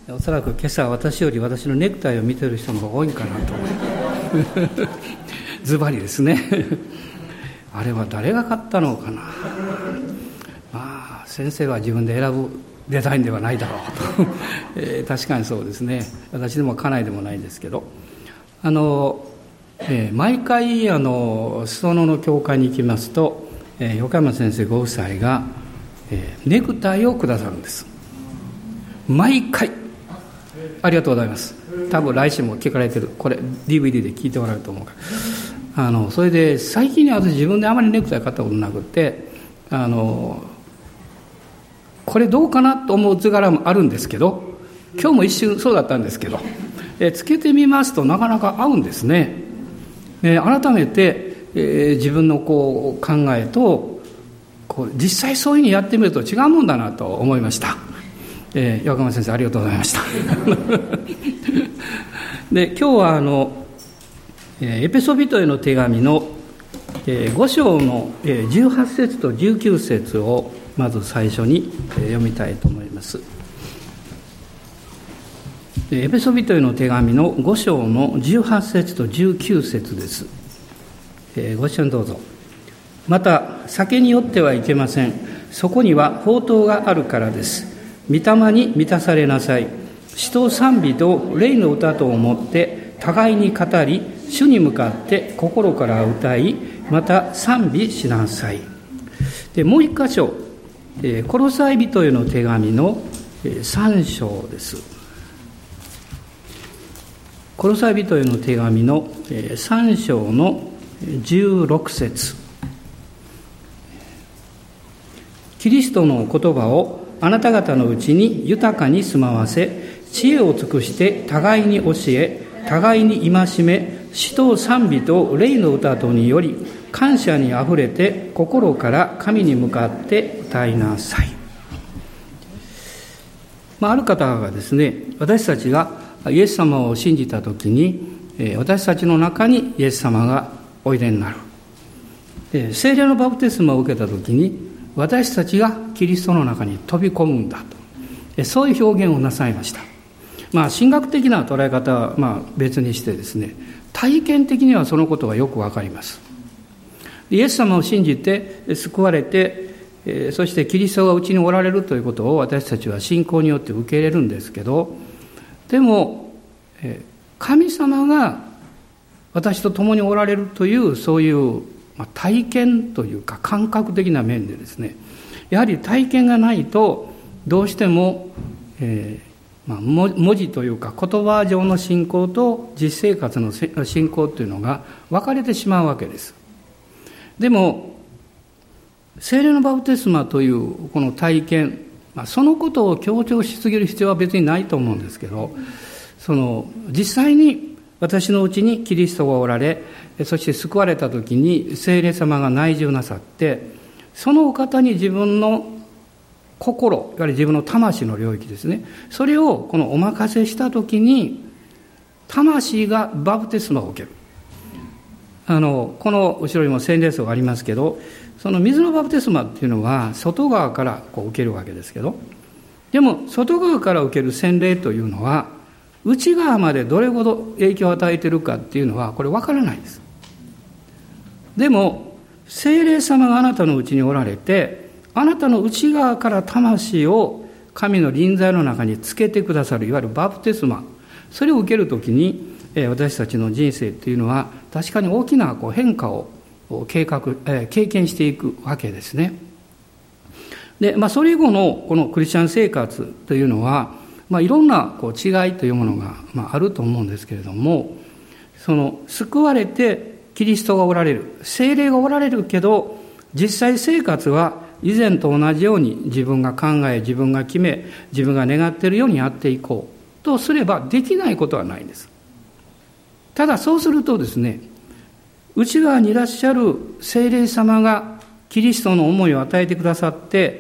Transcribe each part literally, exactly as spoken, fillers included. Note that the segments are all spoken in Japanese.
おそらく今朝私より私のネクタイを見ている人の方が多いかなとズバリですねあれは誰が買ったのかな。まあ先生は自分で選ぶデザインではないだろうと、えー、確かにそうですね。私でも家内でもないですけど、あの、えー、毎回あの裾野の教会に行きますと、えー、横山先生ご夫妻が、えー、ネクタイをくださるんです。毎回ありがとうございます。多分来週も聞かれてる、これ ディーブイディー で聞いておられると思うから、あのそれで最近に私自分であまりネクタイ買ったことなくて、あのこれどうかなと思う図柄もあるんですけど、今日も一瞬そうだったんですけど、えつけてみますとなかなか合うんですね。え改めて、えー、自分のこう考えとこう実際そういうふうにやってみると違うもんだなと思いました。えー、横山先生ありがとうございましたで今日はあのエペソビトへの手紙のご章のじゅうはち節とじゅうきゅう節をまず最初に読みたいと思います。エペソビトへの手紙のご章のじゅうはち節とじゅうきゅう節です。ご一緒にどうぞ。また酒に酔ってはいけません。そこには法灯があるからです。御霊に満たされなさい。詩と賛美と霊の歌とをもって互いに語り、主に向かって心から歌い、また賛美しなさい。でもう一箇所、コロサイ人への手紙のさん章です。コロサイ人への手紙のさん章のじゅうろく節。キリストの言葉をあなた方のうちに豊かに住まわせ、知恵を尽くして互いに教え、互いに戒め、詩と賛美と霊の歌とにより感謝にあふれて心から神に向かって歌いなさい。まあ、ある方がですね、私たちがイエス様を信じたときに、私たちの中にイエス様がおいでになる。聖霊のバプテスマを受けたときに、私たちがキリストの中に飛び込むんだと、そういう表現をなさいました。まあ、神学的な捉え方はまあ別にしてですね、体験的にはそのことがよくわかります。イエス様を信じて救われて、そしてキリストがうちにおられるということを私たちは信仰によって受け入れるんですけど、でも神様が私と共におられるというそういう体験というか感覚的な面でですね、やはり体験がないとどうしても、えーまあ、文字というか言葉上の信仰と実生活の信仰というのが分かれてしまうわけです。でも聖霊のバプテスマというこの体験、まあ、そのことを強調しすぎる必要は別にないと思うんですけど、その実際に私のうちにキリストがおられ、そして救われた時に聖霊様が内住なさって、そのお方に自分の心、いわゆる自分の魂の領域ですね、それをこのお任せした時に魂がバプテスマを受ける。あのこの後ろにも洗礼層がありますけど、その水のバプテスマっていうのは外側からこう受けるわけですけど、でも外側から受ける洗礼というのは内側までどれほど影響を与えているかっていうのはこれ分からないです。でも聖霊様があなたのうちにおられて、あなたの内側から魂を神の臨在の中につけてくださる、いわゆるバプテスマ、それを受けるときに私たちの人生っていうのは確かに大きなこう変化を計画、えー、経験していくわけですね。で、まあ、それ以後のこのクリスチャン生活というのは、まあ、いろんなこう違いというものが、まあ、あると思うんですけれども、その救われてキリストがおられる、聖霊がおられるけど、実際生活は以前と同じように自分が考え、自分が決め、自分が願っているようにやっていこうとすればできないことはないんです。ただそうするとですね、内側にいらっしゃる聖霊様がキリストの思いを与えてくださって、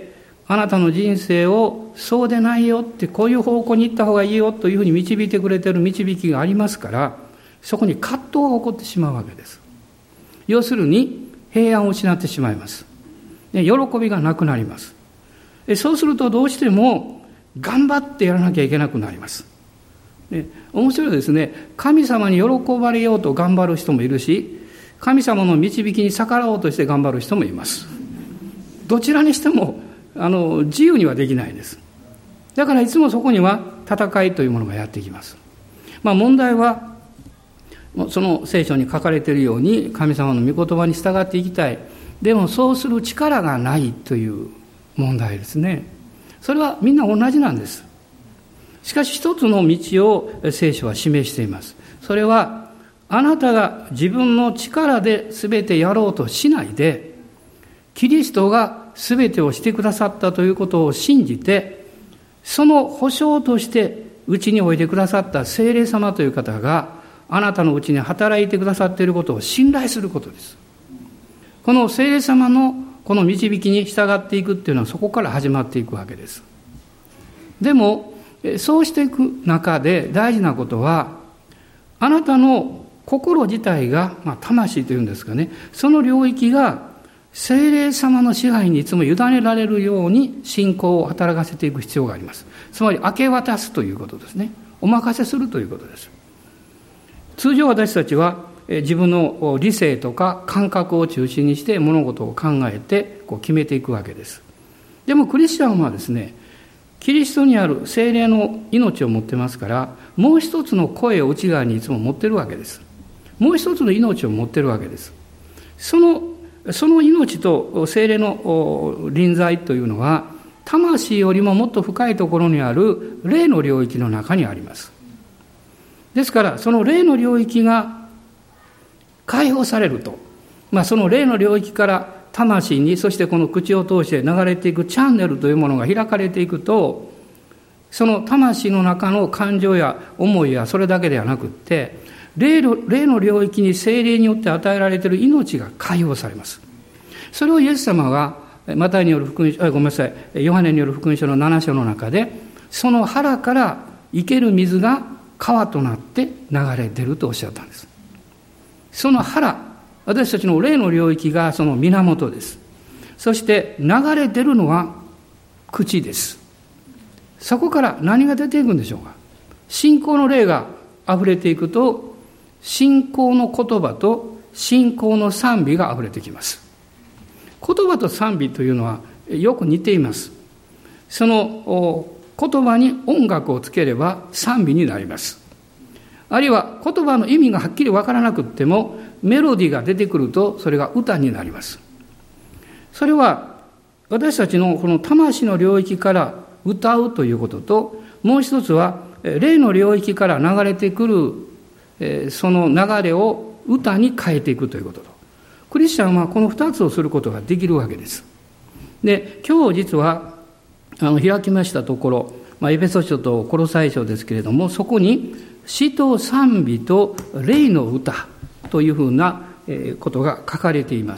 あなたの人生をそうでないよって、こういう方向に行った方がいいよというふうに導いてくれている導きがありますから、そこに葛藤が起こってしまうわけです。要するに平安を失ってしまいます。喜びがなくなります。そうするとどうしても頑張ってやらなきゃいけなくなります。で、面白いですね。神様に喜ばれようと頑張る人もいるし、神様の導きに逆らおうとして頑張る人もいます。どちらにしてもあの自由にはできないです。だからいつもそこには戦いというものがやってきます。まあ、問題はその聖書に書かれているように神様の御言葉に従っていきたい。でもそうする力がないという問題ですね。それはみんな同じなんです。しかし一つの道を聖書は示しています。それはあなたが自分の力で全てやろうとしないで、キリストが全てをしてくださったということを信じて、その保証としてうちにおいでくださった聖霊様という方があなたのうちに働いてくださっていることを信頼することです。この聖霊様のこの導きに従っていくっていうのはそこから始まっていくわけです。でもそうしていく中で大事なことは、あなたの心自体が、まあ、魂というんですかね、その領域が聖霊様の支配にいつも委ねられるように信仰を働かせていく必要があります。つまり明け渡すということですね。お任せするということです。通常私たちは自分の理性とか感覚を中心にして物事を考えてこう決めていくわけです。でもクリスチャンはですね、キリストにある聖霊の命を持ってますから、もう一つの声を内側にいつも持ってるわけです。もう一つの命を持ってるわけです。そのその命と聖霊の臨在というのは、魂よりももっと深いところにある霊の領域の中にあります。ですからその霊の領域が解放されると、まあ、その霊の領域から魂に、そしてこの口を通して流れていくチャンネルというものが開かれていくと、その魂の中の感情や思いやそれだけではなくって、霊の、霊の領域に聖霊によって与えられている命が解放されます。それをイエス様がマタイによる福音書、あ、ごめんなさい、ヨハネによる福音書のなな章の中で、その腹から生ける水が川となって流れ出るとおっしゃったんです。その腹、私たちの霊の領域がその源です。そして流れ出るのは口です。そこから何が出ていくんでしょうか。信仰の霊が溢れていくと、信仰の言葉と信仰の賛美が溢れてきます。言葉と賛美というのはよく似ています。その言葉に音楽をつければ賛美になります。あるいは言葉の意味がはっきりわからなくってもメロディーが出てくるとそれが歌になります。それは私たちのこの魂の領域から歌うということと、もう一つは霊の領域から流れてくるその流れを歌に変えていくということと、クリスチャンはこの二つをすることができるわけです。で、今日実はあの開きましたところ、まあ、エペソ書とコロサイ書ですけれども、そこに詩と賛美と霊の歌というふうなことが書かれています。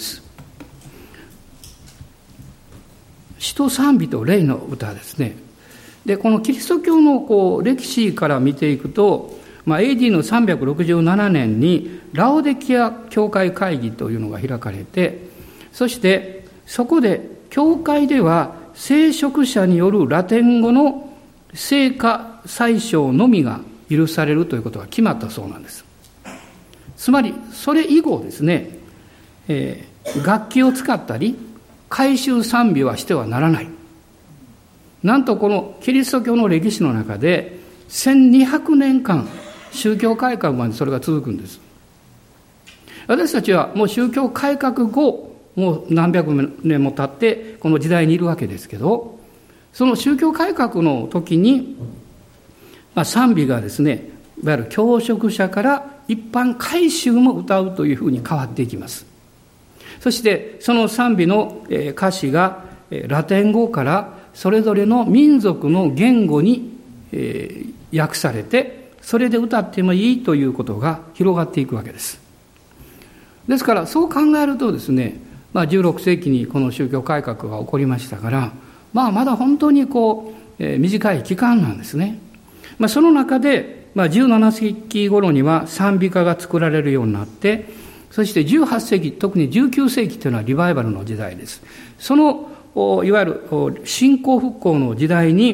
詩と賛美と霊の歌ですね。で、このキリスト教のこう歴史から見ていくと、まあ、エーディー のさんびゃくろくじゅうななねんにラオデキア教会会議というのが開かれて、そしてそこで教会では聖職者によるラテン語の聖歌採唱のみが許されるということが決まったそうなんです。つまりそれ以後ですね、えー、楽器を使ったり回収賛美はしてはならない。なんとこのキリスト教の歴史の中でせんにひゃくねんかん宗教改革までそれが続くんです。私たちはもう宗教改革後もう何百年も経ってこの時代にいるわけですけど、その宗教改革の時に、まあ、賛美がですね、いわゆる教職者から一般改宗も歌うというふうに変わっていきます。そしてその賛美の歌詞がラテン語からそれぞれの民族の言語に訳されて、それで歌ってもいいということが広がっていくわけです。ですからそう考えるとですね、まあ、じゅうろくせいきにこの宗教改革が起こりましたから、まあ、まだ本当にこう、えー、短い期間なんですね。まあ、その中で、まあ、じゅうななせいき頃には賛美歌が作られるようになって、そしてじゅうはっせいき、特にじゅうきゅうせいきというのはリバイバルの時代です。そのいわゆる信仰復興の時代に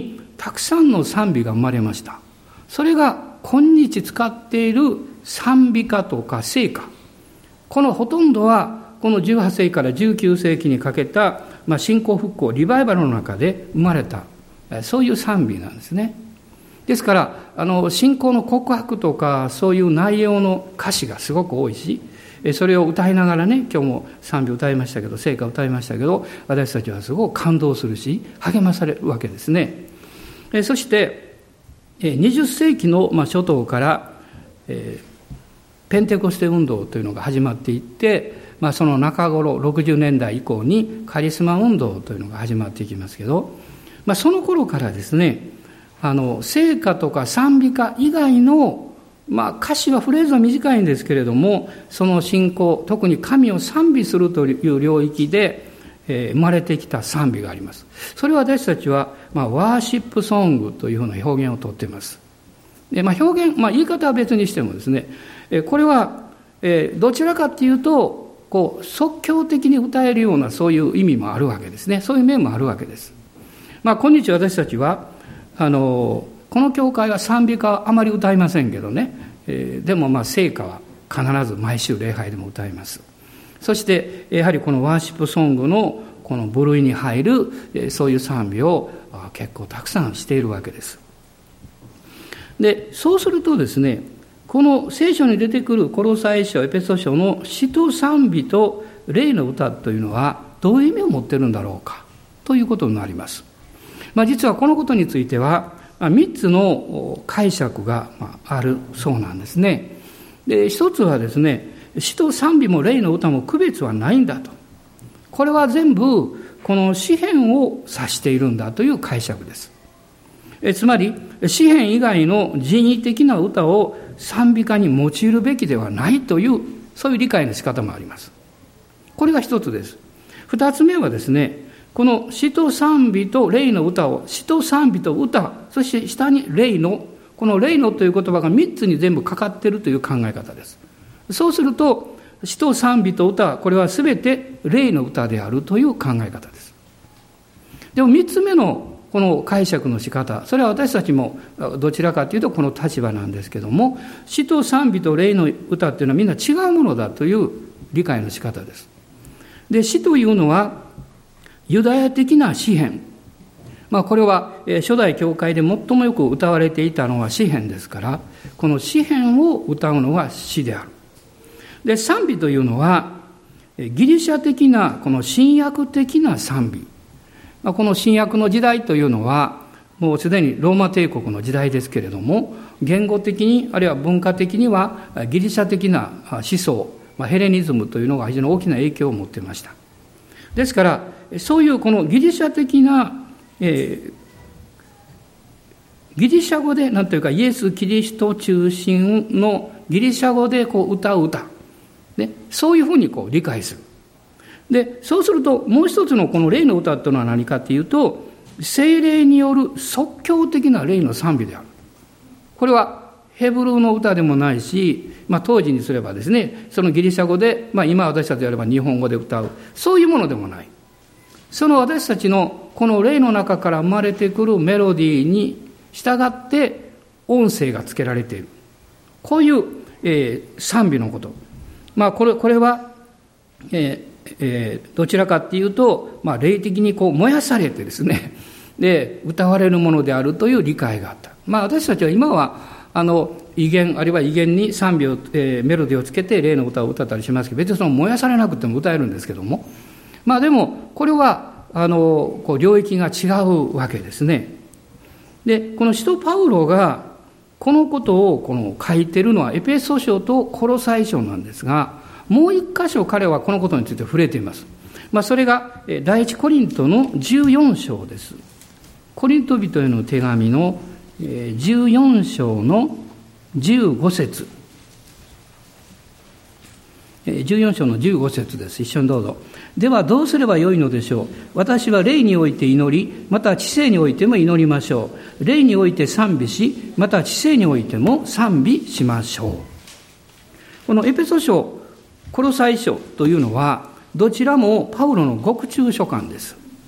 たくさんの賛美が生まれました。それが今日使っている賛美歌とか聖歌、このほとんどはこのじゅうはっせいきからじゅうきゅうせいきにかけた、まあ、信仰復興リバイバルの中で生まれた、そういう賛美なんですね。ですからあの信仰の告白とかそういう内容の歌詞がすごく多いし、それを歌いながらね、今日も賛美歌いましたけど、聖歌歌いましたけど、私たちはすごく感動するし励まされるわけですね。そしてにじゅっせいきの初頭からペンテコステ運動というのが始まっていって、まあ、その中頃ろくじゅうねんだい以降にカリスマ運動というのが始まっていきますけど、まあ、その頃からですね、あの聖歌とか賛美歌以外の、まあ、歌詞はフレーズは短いんですけれども、その信仰、特に神を賛美するという領域で、えー、生まれてきた賛美があります。それは私たちは、まあ、ワーシップソングというふうな表現をとっています。で、まあ、表現、まあ、言い方は別にしてもですね、えー、これは、えー、どちらかというとこう即興的に歌えるようなそういう意味もあるわけですね。そういう面もあるわけです。まあ、今日私たちはあのこの教会は賛美歌はあまり歌いませんけどね、えー、でもまあ聖歌は必ず毎週礼拝でも歌います。そしてやはりこのワーシップソングのこの部類に入る、えー、そういう賛美を結構たくさんしているわけです。で、そうするとですね、この聖書に出てくるコロサイ書、エペソ書の詩と賛美と霊の歌というのはどういう意味を持っているんだろうかということになります。まあ、実はこのことについてはみっつの解釈があるそうなんですね。で、一つはですね、詩と賛美も霊の歌も区別はないんだと。これは全部この詩篇を指しているんだという解釈です。えつまり詩篇以外の人為的な歌を賛美歌に用いるべきではないという、そういう理解の仕方もあります。これが一つです。二つ目はですね、この詩と賛美と霊の歌を、詩と賛美と歌、そして下に霊の、この霊のという言葉が三つに全部かかっているという考え方です。そうすると詩と賛美と歌、これは全て霊の歌であるという考え方です。でも三つ目のこの解釈の仕方、それは私たちもどちらかというとこの立場なんですけども、詩と賛美と霊の歌っていうのはみんな違うものだという理解の仕方です。で、詩というのはユダヤ的な詩篇、まあ、これは初代教会で最もよく歌われていたのは詩篇ですから、この詩篇を歌うのが詩である。で、賛美というのはギリシャ的なこの新約的な賛美、まあ、この新約の時代というのはもうすでにローマ帝国の時代ですけれども、言語的にあるいは文化的にはギリシャ的な思想、まあ、ヘレニズムというのが非常に大きな影響を持っていました。ですからそういうこのギリシャ的な、えー、ギリシャ語で何というかイエス・キリスト中心のギリシャ語でこう歌う歌、ね、そういうふうにこう理解する。で、そうするともう一つのこの霊の歌というのは何かというと、聖霊による即興的な霊の賛美である。これはヘブルーの歌でもないし、まあ、当時にすればですね、そのギリシャ語で、まあ、今私たちであれば日本語で歌う、そういうものでもない。その私たちのこの霊の中から生まれてくるメロディーに従って音声がつけられている。こういう、えー、賛美のこと。まあ、これ、これは、えーえー、どちらかっていうと、まあ、霊的にこう燃やされてですね、で、歌われるものであるという理解があった。まあ、私たちは今は、あの、威厳、あるいは威厳に賛美を、えー、メロディーをつけて霊の歌を歌ったりしますけど、別にその燃やされなくても歌えるんですけども、まあでも、これは、あの、こう、領域が違うわけですね。で、この使徒パウロが、このことをこの書いているのはエペソ書とコロサイ書なんですが、もう一箇所彼はこのことについて触れています。まあそれが第一コリントのじゅうよん章です。コリント人への手紙のじゅうよん章のじゅうご節。じゅうよん章のじゅうご節です。一緒にどうぞ。ではどうすればよいのでしょう。私は霊において祈り、また知性においても祈りましょう。霊において賛美し、また知性においても賛美しましょう。このエペソ書、コロサイ書というのはどちらもパウロの獄中書簡です。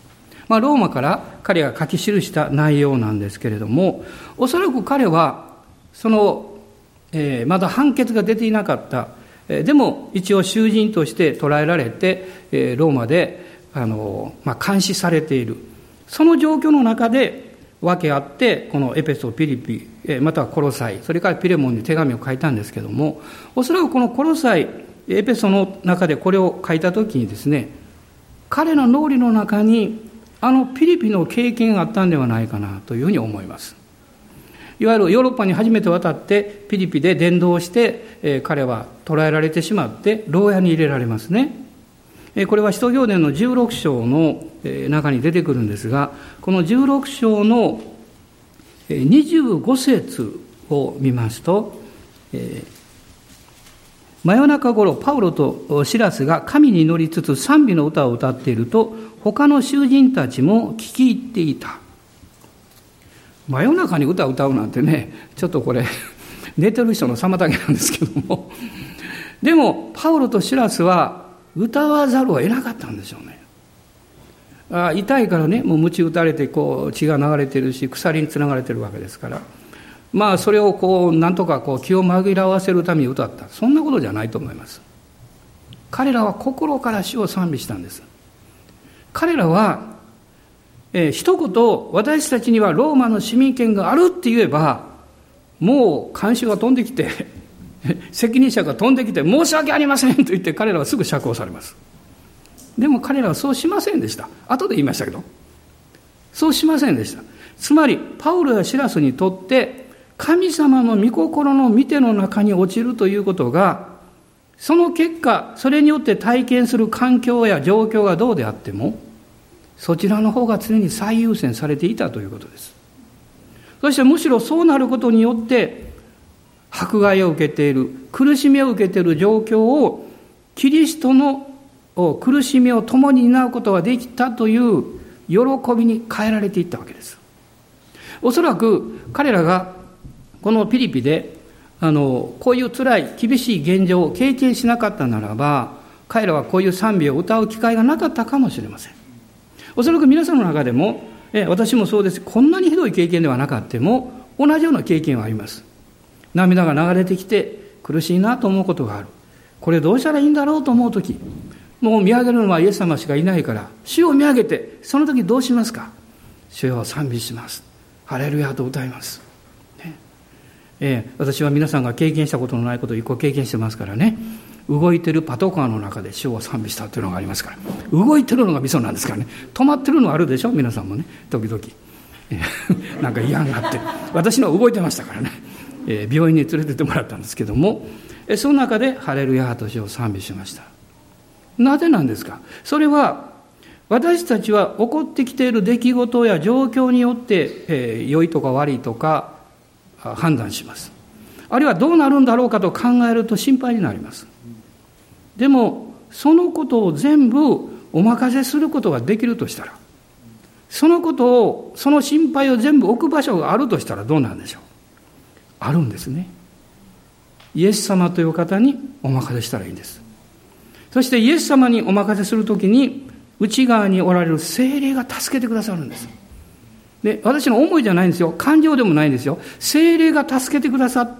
まあ、ローマから彼が書き記した内容なんですけれども、おそらく彼はその、えー、まだ判決が出ていなかった、えー、でも一応囚人として捕らえられて、えー、ローマであの、まあ、監視されている、その状況の中で分け合って、このエペソ、ピリピ、えー、またはコロサイ、それからピレモンに手紙を書いたんですけども、おそらくこのコロサイ、エペソの中でこれを書いたときにですね、彼の脳裏の中にあのピリピの経験があったんではないかなというふうに思います。いわゆるヨーロッパに初めて渡ってピリピで伝道して、えー、彼は捕らえられてしまって牢屋に入れられますね。えー、これは使徒行伝のじゅうろく章の、えー、中に出てくるんですが、このじゅうろく章のにじゅうご節を見ますと、えー真夜中頃、パウロとシラスが神に祈りつつ賛美の歌を歌っていると、他の囚人たちも聞き入っていた。真夜中に歌を歌うなんてね、ちょっとこれ、寝てる人の妨げなんですけども。でも、パウロとシラスは歌わざるを得なかったんでしょうね。あ、痛いからね、もう鞭打たれてこう血が流れてるし、鎖につながれてるわけですから。まあそれをこうなんとかこう気を紛らわせるために歌った、そんなことじゃないと思います。彼らは心から主を賛美したんです。彼らは、えー、一言私たちにはローマの市民権があるって言えば、もう看守が飛んできて責任者が飛んできて申し訳ありませんと言って彼らはすぐ釈放されます。でも彼らはそうしませんでした。後で言いましたけど、そうしませんでした。つまりパウロやシラスにとって神様の御心の御手の中に落ちるということが、その結果、それによって体験する環境や状況がどうであっても、そちらの方が常に最優先されていたということです。そしてむしろそうなることによって、迫害を受けている、苦しみを受けている状況を、キリストの苦しみを共に担うことができたという喜びに変えられていったわけです。おそらく彼らがこのピリピであのこういう辛い厳しい現状を経験しなかったならば、彼らはこういう賛美を歌う機会がなかったかもしれません。おそらく皆さんの中でも、え私もそうです。こんなにひどい経験ではなかっても同じような経験はあります。涙が流れてきて苦しいなと思うことがある。これどうしたらいいんだろうと思うとき、もう見上げるのはイエス様しかいないから、主を見上げて、その時どうしますか？主よ賛美します。ハレルヤと歌います。えー、私は皆さんが経験したことのないことを一個経験してますからね。動いてるパトカーの中で主を賛美したというのがありますから。動いてるのがミソなんですからね。止まってるのあるでしょ皆さんもね、時々、えー、なんか嫌になって、私のは動いてましたからね、えー、病院に連れてってもらったんですけども、えー、その中でハレルヤと主を賛美しました。なぜなんですか？それは私たちは起こってきている出来事や状況によって、えー、良いとか悪いとか判断します。あるいはどうなるんだろうかと考えると心配になります。でもそのことを全部お任せすることができるとしたら、そのことをその心配を全部置く場所があるとしたらどうなんでしょう？あるんですね。イエス様という方にお任せしたらいいんです。そしてイエス様にお任せするときに内側におられる聖霊が助けてくださるんです。で、私の思いじゃないんですよ。感情でもないんですよ。聖霊が助けてくださって、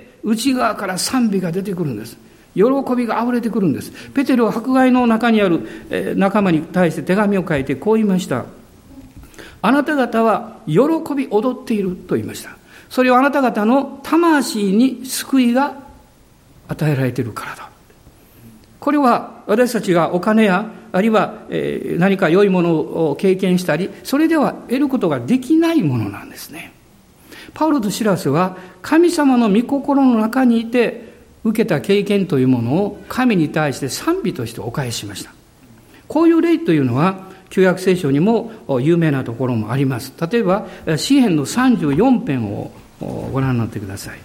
内側から賛美が出てくるんです。喜びがあふれてくるんです。ペテロは迫害の中にある、えー、仲間に対して手紙を書いてこう言いました。あなた方は喜び踊っていると言いました。それはあなた方の魂に救いが与えられているからだ。これは私たちがお金やあるいは何か良いものを経験したり、それでは得ることができないものなんですね。パウロとシラスは神様の御心の中にいて受けた経験というものを神に対して賛美としてお返ししました。こういう例というのは旧約聖書にも有名なところもあります。例えば詩編のさんじゅうよん編をご覧になってください。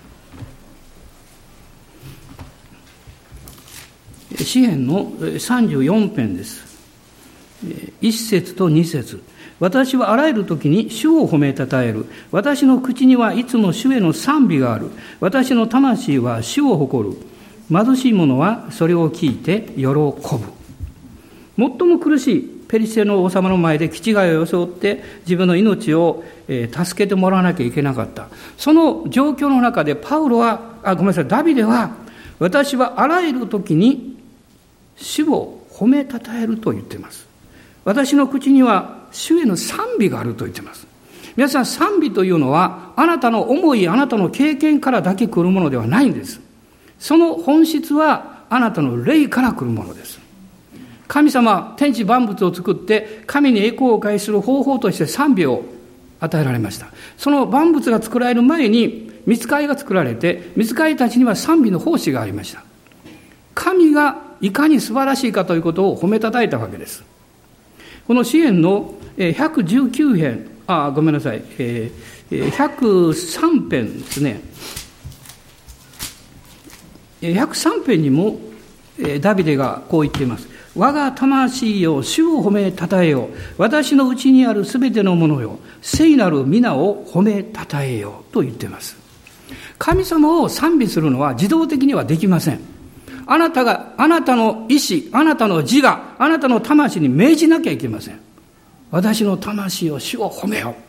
詩編のさんじゅうよん編です。一節と二節。私はあらゆる時に主を褒めたたえる。私の口にはいつも主への賛美がある。私の魂は主を誇る。貧しい者はそれを聞いて喜ぶ。最も苦しいペリシテの王様の前で気違いを装って自分の命を助けてもらわなきゃいけなかった。その状況の中でパウロは、あ、ごめんなさい、ダビデは、私はあらゆる時に主を褒めたたえると言っています。私の口には主への賛美があると言っています。皆さん、賛美というのはあなたの思い、あなたの経験からだけ来るものではないんです。その本質はあなたの霊から来るものです。神様、天地万物を作って神に栄光を返する方法として賛美を与えられました。その万物が作られる前に御使いが作られて、御使いたちには賛美の奉仕がありました。神がいかに素晴らしいかということを褒めたたえたわけです。この詩篇のひゃくじゅうきゅう編、あ、ごめんなさい、えー、ひゃくさん編ですね。ひゃくさん編にもダビデがこう言っています。我が魂よ、主を褒めたたえよ。私のうちにあるすべてのものよ、聖なる皆を褒めたたえよと言っています。神様を賛美するのは自動的にはできません。あなたが、あなたの意志、あなたの自我、あなたの魂に命じなきゃいけません。私の魂を主を褒めよって。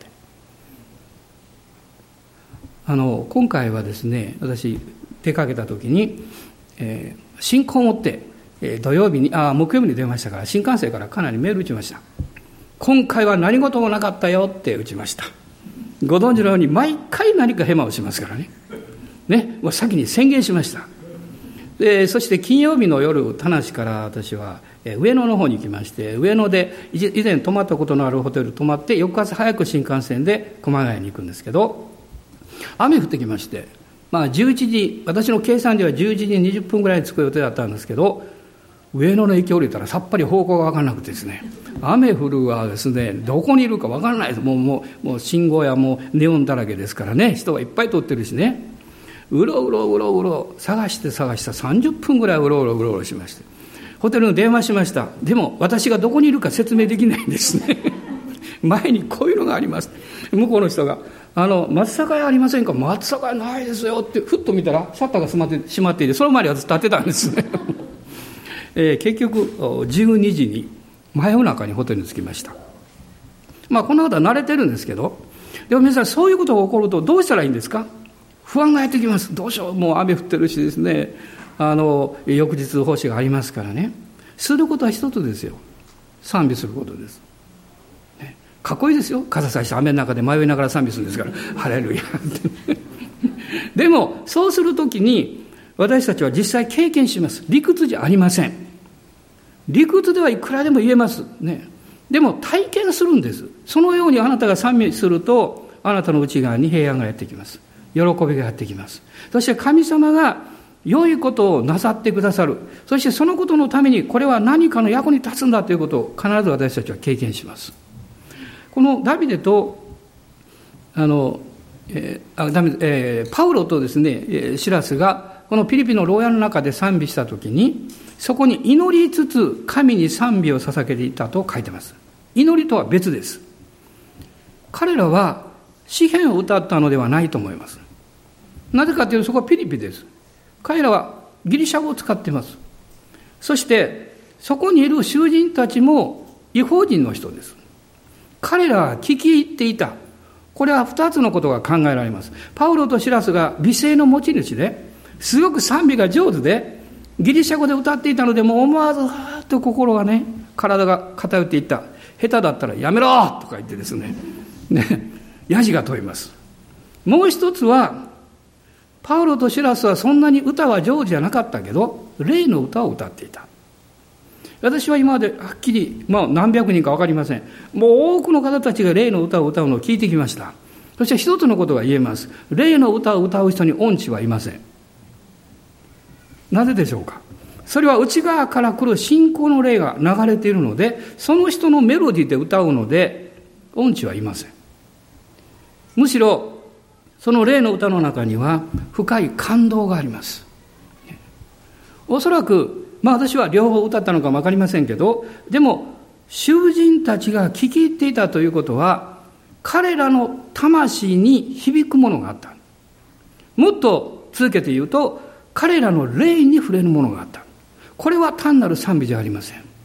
あの今回はですね、私出かけた時に、えー、信仰を持って、えー、土曜日にあ木曜日に出ましたから、新幹線からかなりメール打ちました。今回は何事もなかったよって打ちました。ご存知のように毎回何かヘマをしますからね。ね、もう先に宣言しました。でそして金曜日の夜、田無から私は上野の方に行きまして、上野で以前泊まったことのあるホテル泊まって、翌朝早く新幹線で熊谷に行くんですけど、雨降ってきまして、まあじゅういちじ、私の計算ではじゅういちじにじゅっぷんぐらいに着く予定だったんですけど、上野の駅降りたらさっぱり方向が分からなくてですね、雨降るはですね、どこにいるか分からないです。もうもうもう信号やもうネオンだらけですからね、人がいっぱい通ってるしね、うろうろうろうろ探して探したさんじゅっぷんぐらいうろうろうろうろしまして、ホテルに電話しました。でも私がどこにいるか説明できないんですね。前にこういうのがあります。向こうの人が、あの松阪屋ありませんか。松阪屋ないですよって、ふっと見たらシャッターが閉まってしまっていて、その前に私立ってたんですね。えー、結局じゅうにじに真夜中にホテルに着きました。まあこの方は慣れてるんですけど、でも皆さん、そういうことが起こるとどうしたらいいんですか。不安がやってきます。どうしよう、もう雨降ってるしですね、あの翌日奉仕がありますからね。することは一つですよ。賛美することです、ね、かっこいいですよ。傘さして雨の中で迷いながら賛美するんですから、ハレルヤってでもそうするときに私たちは実際経験します。理屈じゃありません。理屈ではいくらでも言えますね。でも体験するんです。そのようにあなたが賛美すると、あなたの内側に平安がやってきます。喜びがやってきます。そして神様が良いことをなさってくださる。そしてそのことのためにこれは何かの役に立つんだということを必ず私たちは経験します。このダビデとあの、えー、あダビデ、えー、パウロとですね、シラスがこのピリピの牢屋の中で賛美したときに、そこに祈りつつ神に賛美を捧げていたと書いてます。祈りとは別です。彼らは詩篇を歌ったのではないと思います。なぜかというと、そこはピリピです。彼らはギリシャ語を使っています。そしてそこにいる囚人たちも異邦人の人です。彼らは聞き入っていた。これは二つのことが考えられます。パウロとシラスが美声の持ち主で、すごく賛美が上手で、ギリシャ語で歌っていたので、もう思わずはーっと心がね、体が偏っていった。下手だったらやめろとか言ってですね、ね、ヤジが飛びます。もう一つは、パウロとシラスはそんなに歌は上手じゃなかったけど、霊の歌を歌っていた。私は今まではっきり、まあ何百人か分かりません。もう多くの方たちが霊の歌を歌うのを聞いてきました。そして一つのことが言えます。霊の歌を歌う人に音痴はいません。なぜでしょうか。それは内側から来る信仰の霊が流れているので、その人のメロディーで歌うので、音痴はいません。むしろ、その霊の歌の中には深い感動があります。おそらく、まあ私は両方歌ったのかもわかりませんけど、でも囚人たちが聞き入っていたということは、彼らの魂に響くものがあった。もっと続けて言うと、彼らの霊に触れるものがあった。これは単なる賛美じゃありません。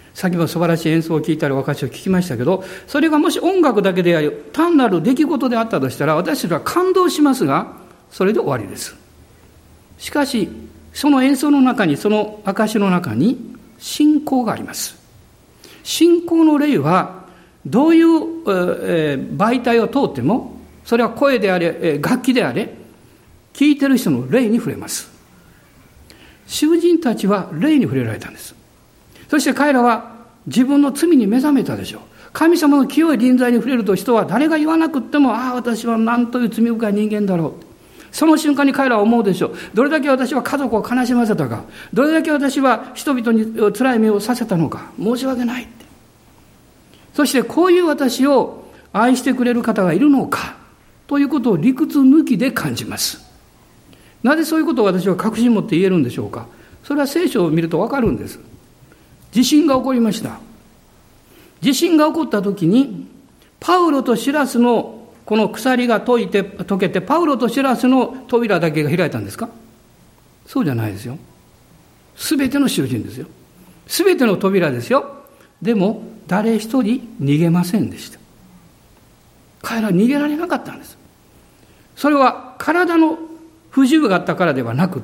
先ほど素晴らしい演奏を聴いたりお話を聞きましたけど、それがもし音楽だけであり単なる出来事であったとしたら、私たちは感動しますが、それで終わりです。しかしその演奏の中に、その証の中に信仰があります。信仰の霊はどういう、えー、媒体を通っても、それは声であれ楽器であれ、聞いてる人の霊に触れます。囚人たちは霊に触れられたんです。そして彼らは自分の罪に目覚めたでしょう。神様の清い臨在に触れると、人は誰が言わなくっても、ああ私は何という罪深い人間だろう、その瞬間に彼らは思うでしょう。どれだけ私は家族を悲しませたか、どれだけ私は人々に辛い目をさせたのか、申し訳ないって。そしてこういう私を愛してくれる方がいるのかということを理屈抜きで感じます。なぜそういうことを私は確信持って言えるんでしょうか。それは聖書を見ると分かるんです。地震が起こりました。地震が起こった時に、パウロとシラスのこの鎖が解いて解けて、パウロとシラスの扉だけが開いたんですか？そうじゃないですよ。すべての囚人ですよ。すべての扉ですよ。でも誰一人逃げませんでした。彼らは逃げられなかったんです。それは体の不自由があったからではなくって、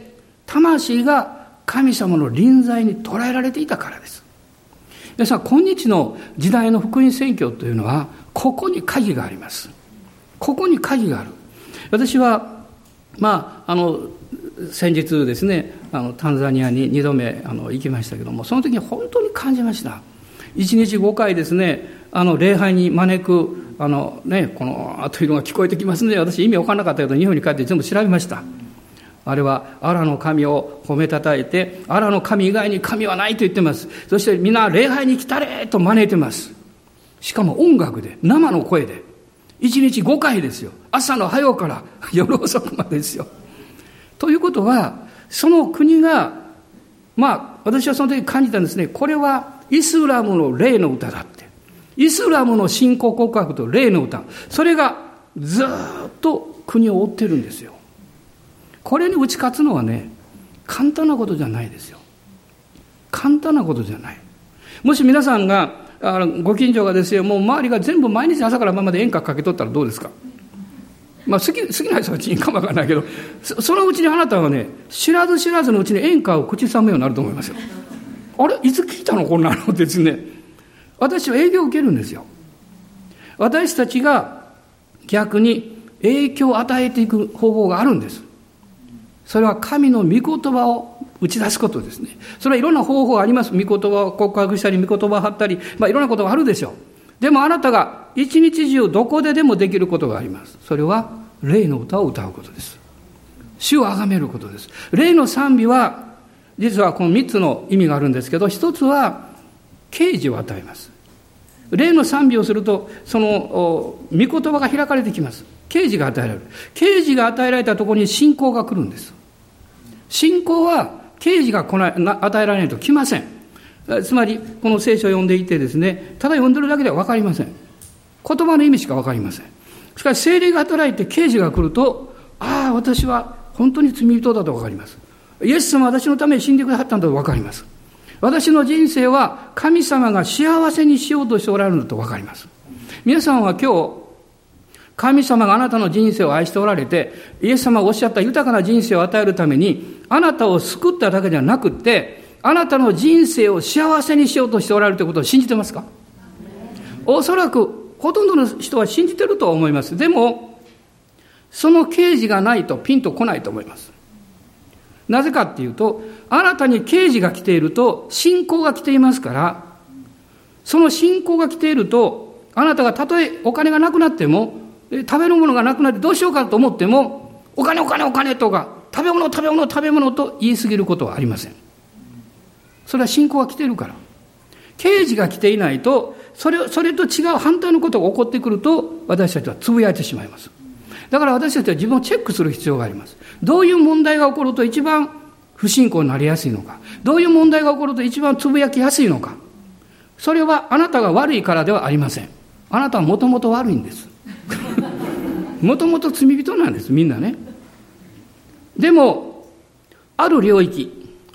魂が神様の臨在に捉えられていたからです。皆さん、今日の時代の福音宣教というのは、ここに鍵があります。ここに鍵がある。私は、まあ、あの、先日ですね、あのタンザニアににどめあの行きましたけども、その時に本当に感じました。いちにちごかいですね、あの礼拝に招く、あのね、この後色が聞こえてきますので、私意味わからなかったけど、日本に帰って全部調べました。あれは、アラの神を褒めたたえて、アラの神以外に神はないと言ってます。そしてみんな礼拝に来たれと招いてます。しかも音楽で、生の声で。いちにちごかいですよ。朝の早うから夜遅くまでですよ。ということは、その国が、まあ、私はその時感じたんですね。これはイスラムの霊の歌だって。イスラムの信仰告白と霊の歌。それがずっと国を追ってるんですよ。これに打ち勝つのはね、簡単なことじゃないですよ。簡単なことじゃない。もし皆さんが、あのご近所がですよ、もう周りが全部毎日朝から晩まで演歌かけとったらどうですか。まあ好き、好きな人はちにかもわからないけど、そ, そのうちにあなたはね、知らず知らずのうちに演歌を口ずむようになると思いますよ。あれいつ聞いたのこんなのですね。私は影響を受けるんですよ。私たちが逆に影響を与えていく方法があるんです。それは神の御言葉を打ち出すことですね。それはいろんな方法があります。御言葉を告白したり、御言葉を貼ったり、まあいろんなことがあるでしょう。でもあなたが一日中どこででもできることがあります。それは霊の歌を歌うことです。主を崇めることです。霊の賛美は実はこの三つの意味があるんですけど、一つは啓示を与えます。霊の賛美をすると、その御言葉が開かれてきます。啓示が与えられる。啓示が与えられたところに信仰が来るんです。信仰は啓示が来ない、与えられないと来ません。つまりこの聖書を読んでいてですね、ただ読んでるだけでは分かりません。言葉の意味しか分かりません。しかし聖霊が働いて啓示が来ると、ああ私は本当に罪人だと分かります。イエス様は私のために死んでくださったんだと分かります。私の人生は神様が幸せにしようとしておられるんだと分かります。皆さんは今日、神様があなたの人生を愛しておられて、イエス様がおっしゃった豊かな人生を与えるために、あなたを救っただけではなくって、あなたの人生を幸せにしようとしておられるということを信じてますか？おそらくほとんどの人は信じてると思います。でも、その啓示がないとピンとこないと思います。なぜかっていうと、あなたに啓示が来ていると信仰が来ていますから、その信仰が来ていると、あなたがたとえお金がなくなっても、食べるものがなくなってどうしようかと思っても、お金お金お金とか、食べ物食べ物食べ物と言い過ぎることはありません。それは信仰が来ているから。啓示が来ていないと、それ、それと違う反対のことが起こってくると、私たちはつぶやいてしまいます。だから私たちは自分をチェックする必要があります。どういう問題が起こると一番不信仰になりやすいのか。どういう問題が起こると一番つぶやきやすいのか。それはあなたが悪いからではありません。あなたはもともと悪いんです。もともと罪人なんです、みんなね。でも、ある領域、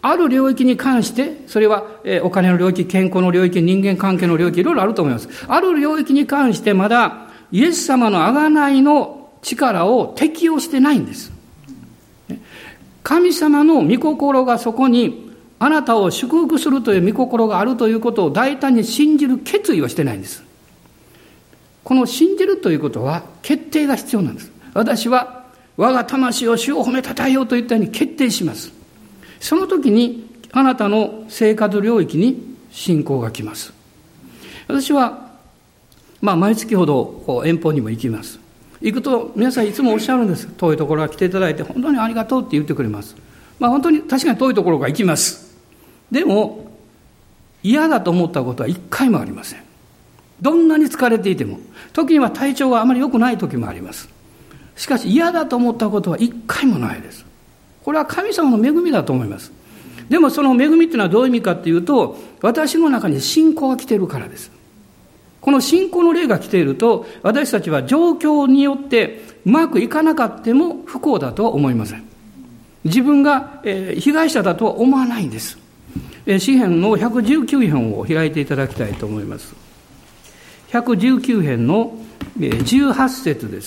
ある領域に関して、それはお金の領域、健康の領域、人間関係の領域、いろいろあると思います。ある領域に関してまだイエス様の贖いの力を適用してないんです。神様の御心がそこにあなたを祝福するという御心があるということを大胆に信じる決意をしてないんです。この信じるということは決定が必要なんです。私は我が魂を主を褒めたたえようといったように決定します。その時にあなたの生活領域に信仰が来ます。私は、まあ、毎月ほど遠方にも行きます。行くと皆さんいつもおっしゃるんです。遠いところが来ていただいて本当にありがとうって言ってくれます。まあ本当に確かに遠いところが行きます。でも嫌だと思ったことは一回もありません。どんなに疲れていても、時には体調があまり良くない時もあります。しかし嫌だと思ったことは一回もないです。これは神様の恵みだと思います。でもその恵みっていうのはどういう意味かっていうと、私の中に信仰が来ているからです。この信仰の霊が来ていると、私たちは状況によってうまくいかなかっても不幸だとは思いません。自分が、えー、被害者だとは思わないんです。えー、詩編のひゃくじゅうきゅう編を開いていただきたいと思います。ひゃくじゅうきゅう編のじゅうはち節です。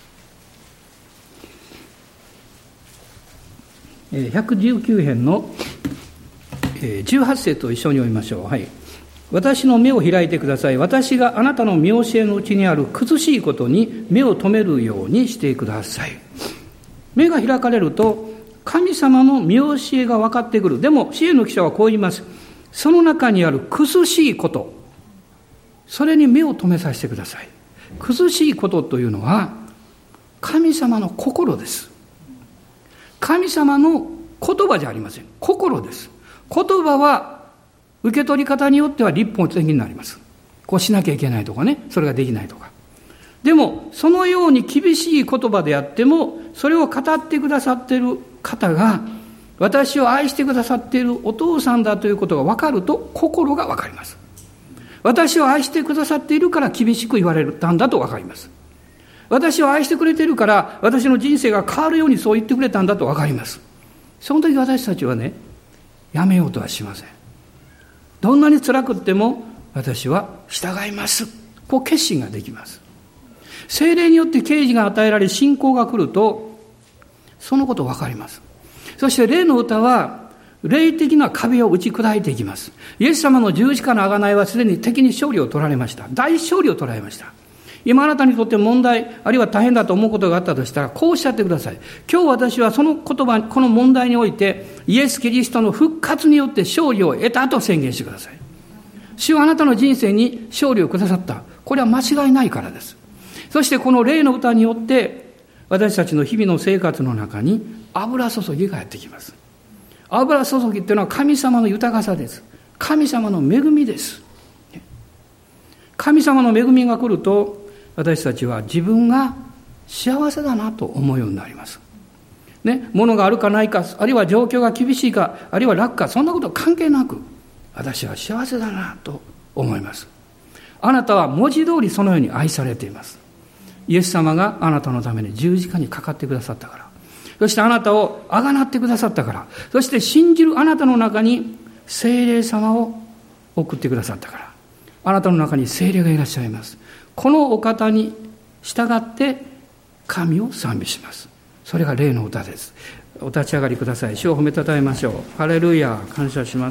ひゃくじゅうきゅう編のじゅうはち節を一緒に読みましょう。はい。私の目を開いてください。私があなたの見教えのうちにある苦しいことに目を留めるようにしてください。目が開かれると神様の見教えが分かってくる。でも詩篇の記者はこう言います。その中にある苦しいこと、それに目を留めさせてください。苦しいことというのは神様の心です。神様の言葉じゃありません。心です。言葉は受け取り方によっては立法的になります。こうしなきゃいけないとかね、それができないとか。でもそのように厳しい言葉であっても、それを語ってくださっている方が私を愛してくださっているお父さんだということが分かると、心が分かります。私を愛してくださっているから厳しく言われたんだと分かります。私を愛してくれているから私の人生が変わるようにそう言ってくれたんだと分かります。その時私たちはね、やめようとはしません。どんなに辛くっても私は従います、こう決心ができます。聖霊によって啓示が与えられ信仰が来るとそのこと分かります。そして霊の歌は霊的な壁を打ち砕いていきます。イエス様の十字架の贖いはすでに敵に勝利を取られました。大勝利を取られました。今あなたにとって問題あるいは大変だと思うことがあったとしたら、こうおっしゃってください。今日私はその言葉、この問題においてイエス・キリストの復活によって勝利を得たと宣言してください。主はあなたの人生に勝利をくださった。これは間違いないからです。そしてこの霊の歌によって私たちの日々の生活の中に油注ぎがやってきます。油注ぎっていうのは神様の豊かさです。神様の恵みです。神様の恵みが来ると私たちは自分が幸せだなと思うようになります。ね、物があるかないか、あるいは状況が厳しいか、あるいは楽か、そんなこと関係なく、私は幸せだなと思います。あなたは文字通りそのように愛されています。イエス様があなたのために十字架にかかってくださったから、そしてあなたをあがなってくださったから、そして信じるあなたの中に聖霊様を送ってくださったから、あなたの中に聖霊がいらっしゃいます。このお方に従って神を賛美します。それが霊の歌です。お立ち上がりください。主を褒めたたえましょう。ハレルヤ、感謝します。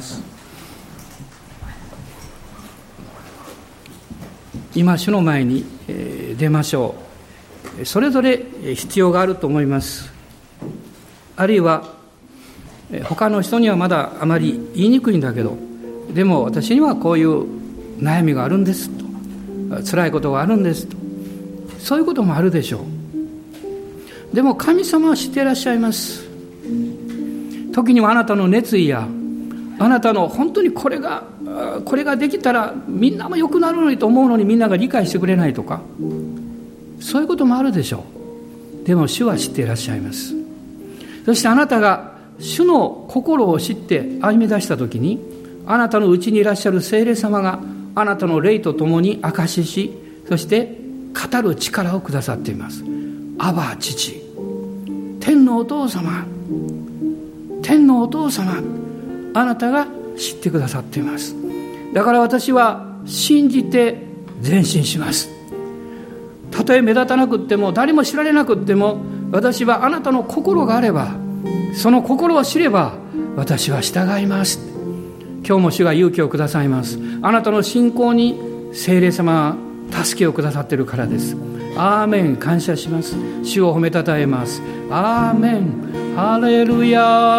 今主の前に出ましょう。それぞれ必要があると思います。あるいは他の人にはまだあまり言いにくいんだけど、でも私にはこういう悩みがあるんですと、辛いことがあるんですと、そういうこともあるでしょう。でも神様は知っていらっしゃいます。時にはあなたの熱意やあなたの本当にこれがこれができたらみんなも良くなるのにと思うのにみんなが理解してくれないとか、そういうこともあるでしょう。でも主は知っていらっしゃいます。そしてあなたが主の心を知って歩み出したときに、あなたのうちにいらっしゃる聖霊様があなたの霊とともに証しし、そして語る力をくださっています。アバ父、天のお父様、天のお父様、 あなたが知ってくださっています。だから私は信じて前進します。たとえ目立たなくっても誰も知られなくっても、私はあなたの心があれば、その心を知れば私は従います。今日も主が勇気をくださいます。あなたの信仰に聖霊様が助けをくださっているからです。アーメン。感謝します。主を褒めたたえます。アーメン。ハレル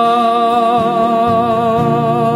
ヤ。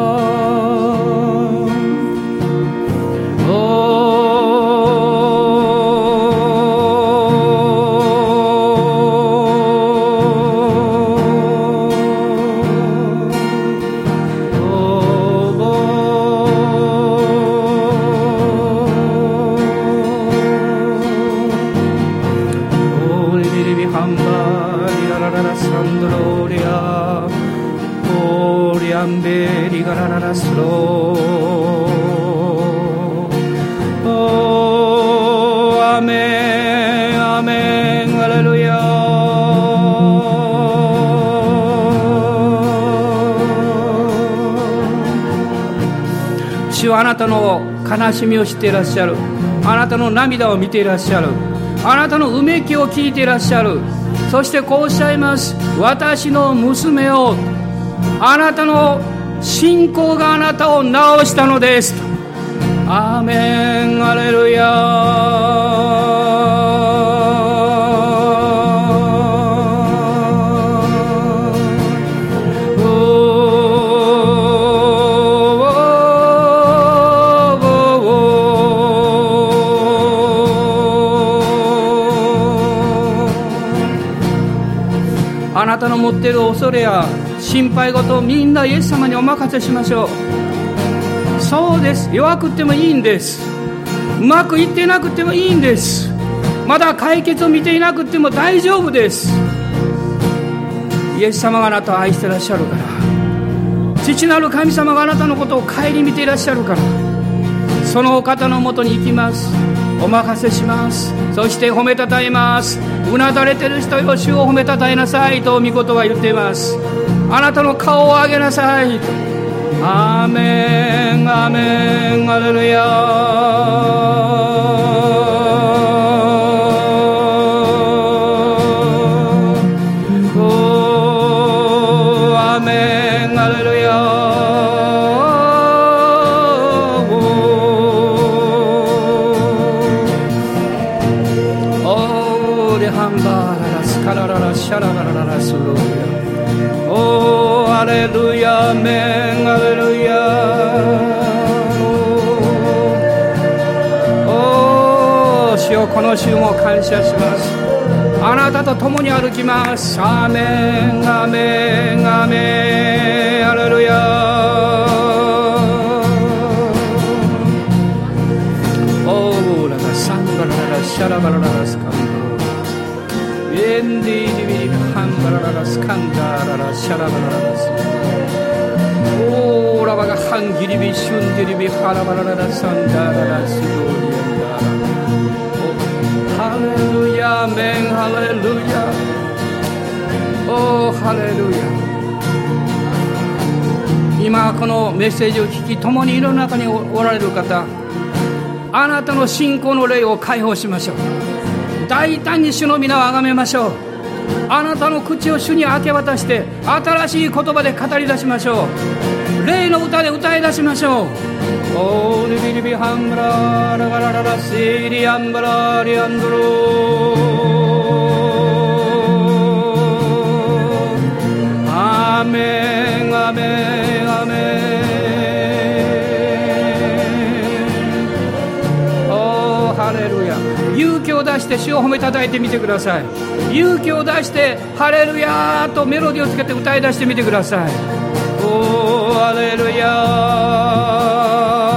あなたの悲しみを知っていらっしゃる。あなたの涙を見ていらっしゃる。あなたのうめきを聞いていらっしゃる。そしてこうおっしゃいます。私の娘を、あなたの信仰があなたを治したのですと。アーメン。アレルヤ。あなたの持っている恐れや心配事をみんなイエス様にお任せしましょう。そうです。弱くってもいいんです。うまくいっていなくてもいいんです。まだ解決を見ていなくても大丈夫です。イエス様があなたを愛していらっしゃるから、父なる神様があなたのことを顧みていらっしゃるから、そのお方のもとに行きます。お任せします。そして褒めたたえます。うなだれてる人よ、主を褒めたたえなさいと御言葉は言っています。あなたの顔を上げなさいと。アーメン。アーメン。アレルヤ。おー、アーメン。アレルヤ。シャララララスローヤ。おー、アレルヤ。メン。アレルヤ。おー、主よ、この週も感謝します。あなたと共に歩きます。アーメン。アーメン。アーメン。アレルヤ。おー、ララサンバラララシャラバラララスカンエンディーディビリハンバラララスカンダララシャラバラララスオーラバがハンギリビシュンディリビハラバラララサンダララスドリエンダラハレルヤメンハレルヤおーハレルヤ。今このメッセージを聞き共に世の中におられる方、あなたの信仰の霊を解放しましょう。大胆に主の皆をあがめましょう。あなたの口を主に明け渡して新しい言葉で語り出しましょう。霊の歌で歌い出しましょう。オーリビリビハンブララガラララシーリアンバラリアンドロアーメンアーメンアーメン。おーハレルヤ。勇気を出して主を褒めたたえてみてください。勇気を出してハレルヤーとメロディーをつけて歌い出してみてください。おーハレルヤー。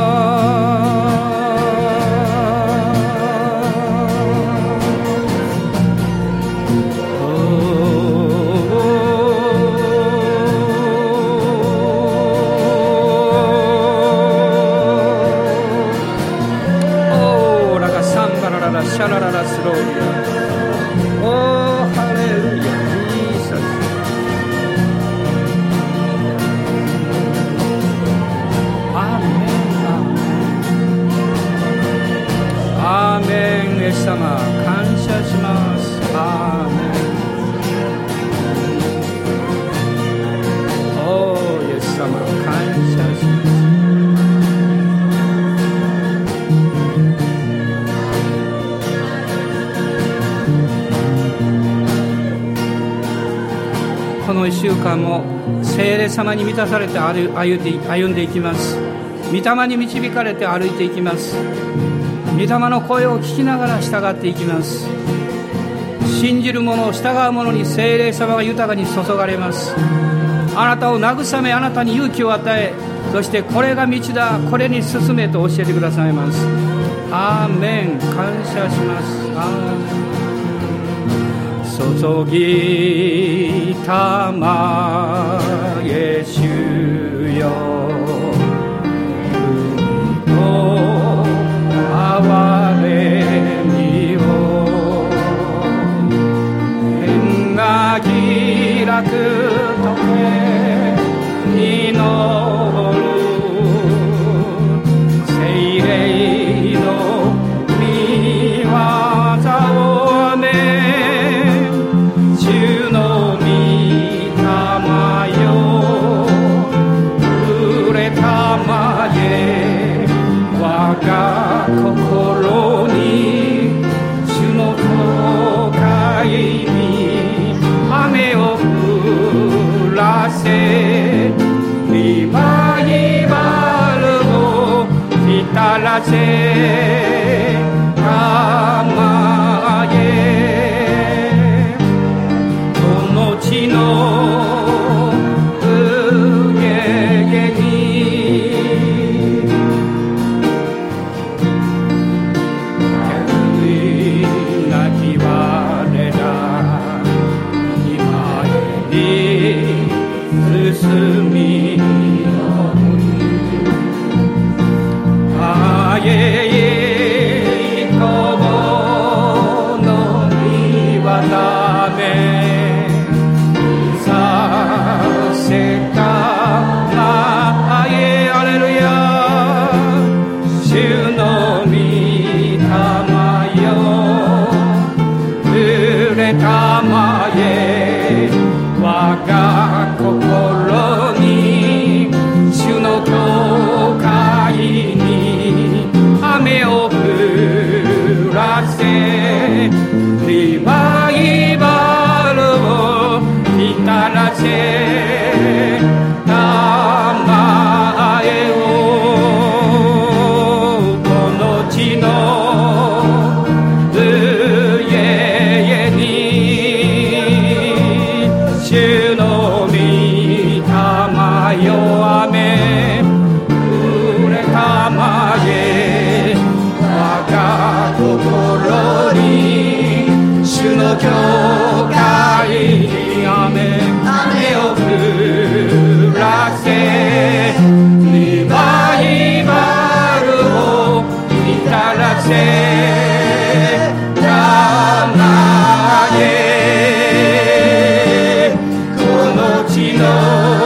シャラララスローリア。おーハレルヤ。イーサこのいっしゅうかんも聖霊様に満たされて歩んでいきます。御霊に導かれて歩いていきます。御霊の声を聞きながら従っていきます。信じる者を従う者に聖霊様が豊かに注がれます。あなたを慰め、あなたに勇気を与え、そしてこれが道だ、これに進めと教えてくださいます。アーメン。感謝します。アーメン。注ぎたまえ主よ、海と哀れみを、天が開くとに昇る聖霊の御業をあめ、主の御霊よ、触れたまえ我が心に、主の教会に雨を降らせ、リバイバルを浸らせたまえ、この地の上になき我ら今へに進み、あえいとの庭だめさせたまえ、アレルヤ、主の御霊よ、触れたまえ我が心に、主の教会に雨を降らせ、リバイバルを浸らせたまえを、この地の上に主の御霊よ、雨降れたまえ我が心に、主の教会に雨雨を降らせ、リバイバルを浸らせたまえ、この地の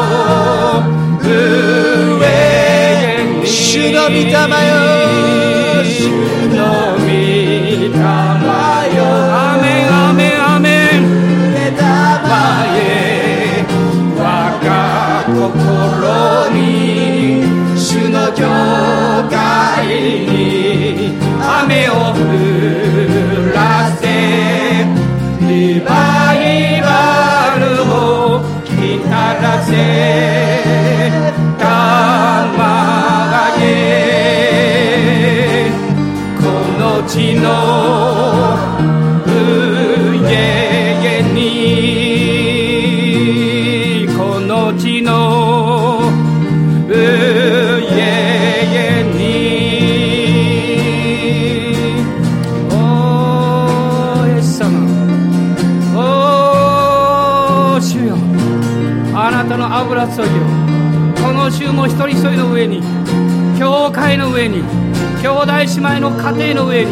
上に主の御霊よ、主の御霊よ、アメンアメンアメン、まえ我が心に、主の教会に雨を降らせ、リバイバルを浸らせたまえ、この地の上に、この地の上に、おーイエス様、おー主よ、あなたの油注ぎをこの週も一人一人の上に、教会の上に、兄弟姉妹の家庭の上に、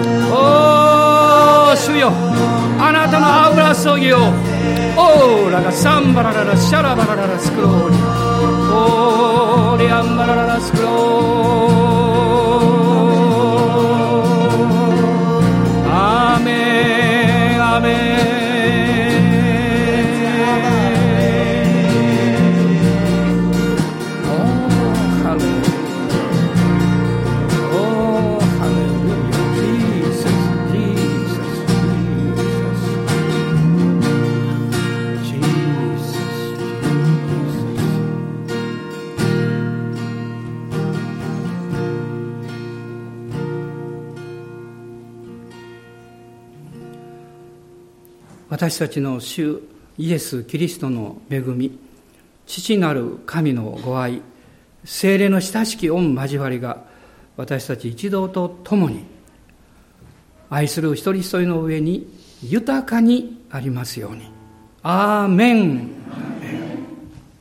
おー主よ、あなたの油注ぎを、オーラがサンバラララシャラバラララスクローリ、オーリアンバラララスクロー、アーメンアーメン。Jesus, 私たちの主イエス・キリストの恵み、父なる神のご愛、聖霊の親しき御交わりが私たち一同と共に愛する一人一人の上に豊かにありますように。アーメン。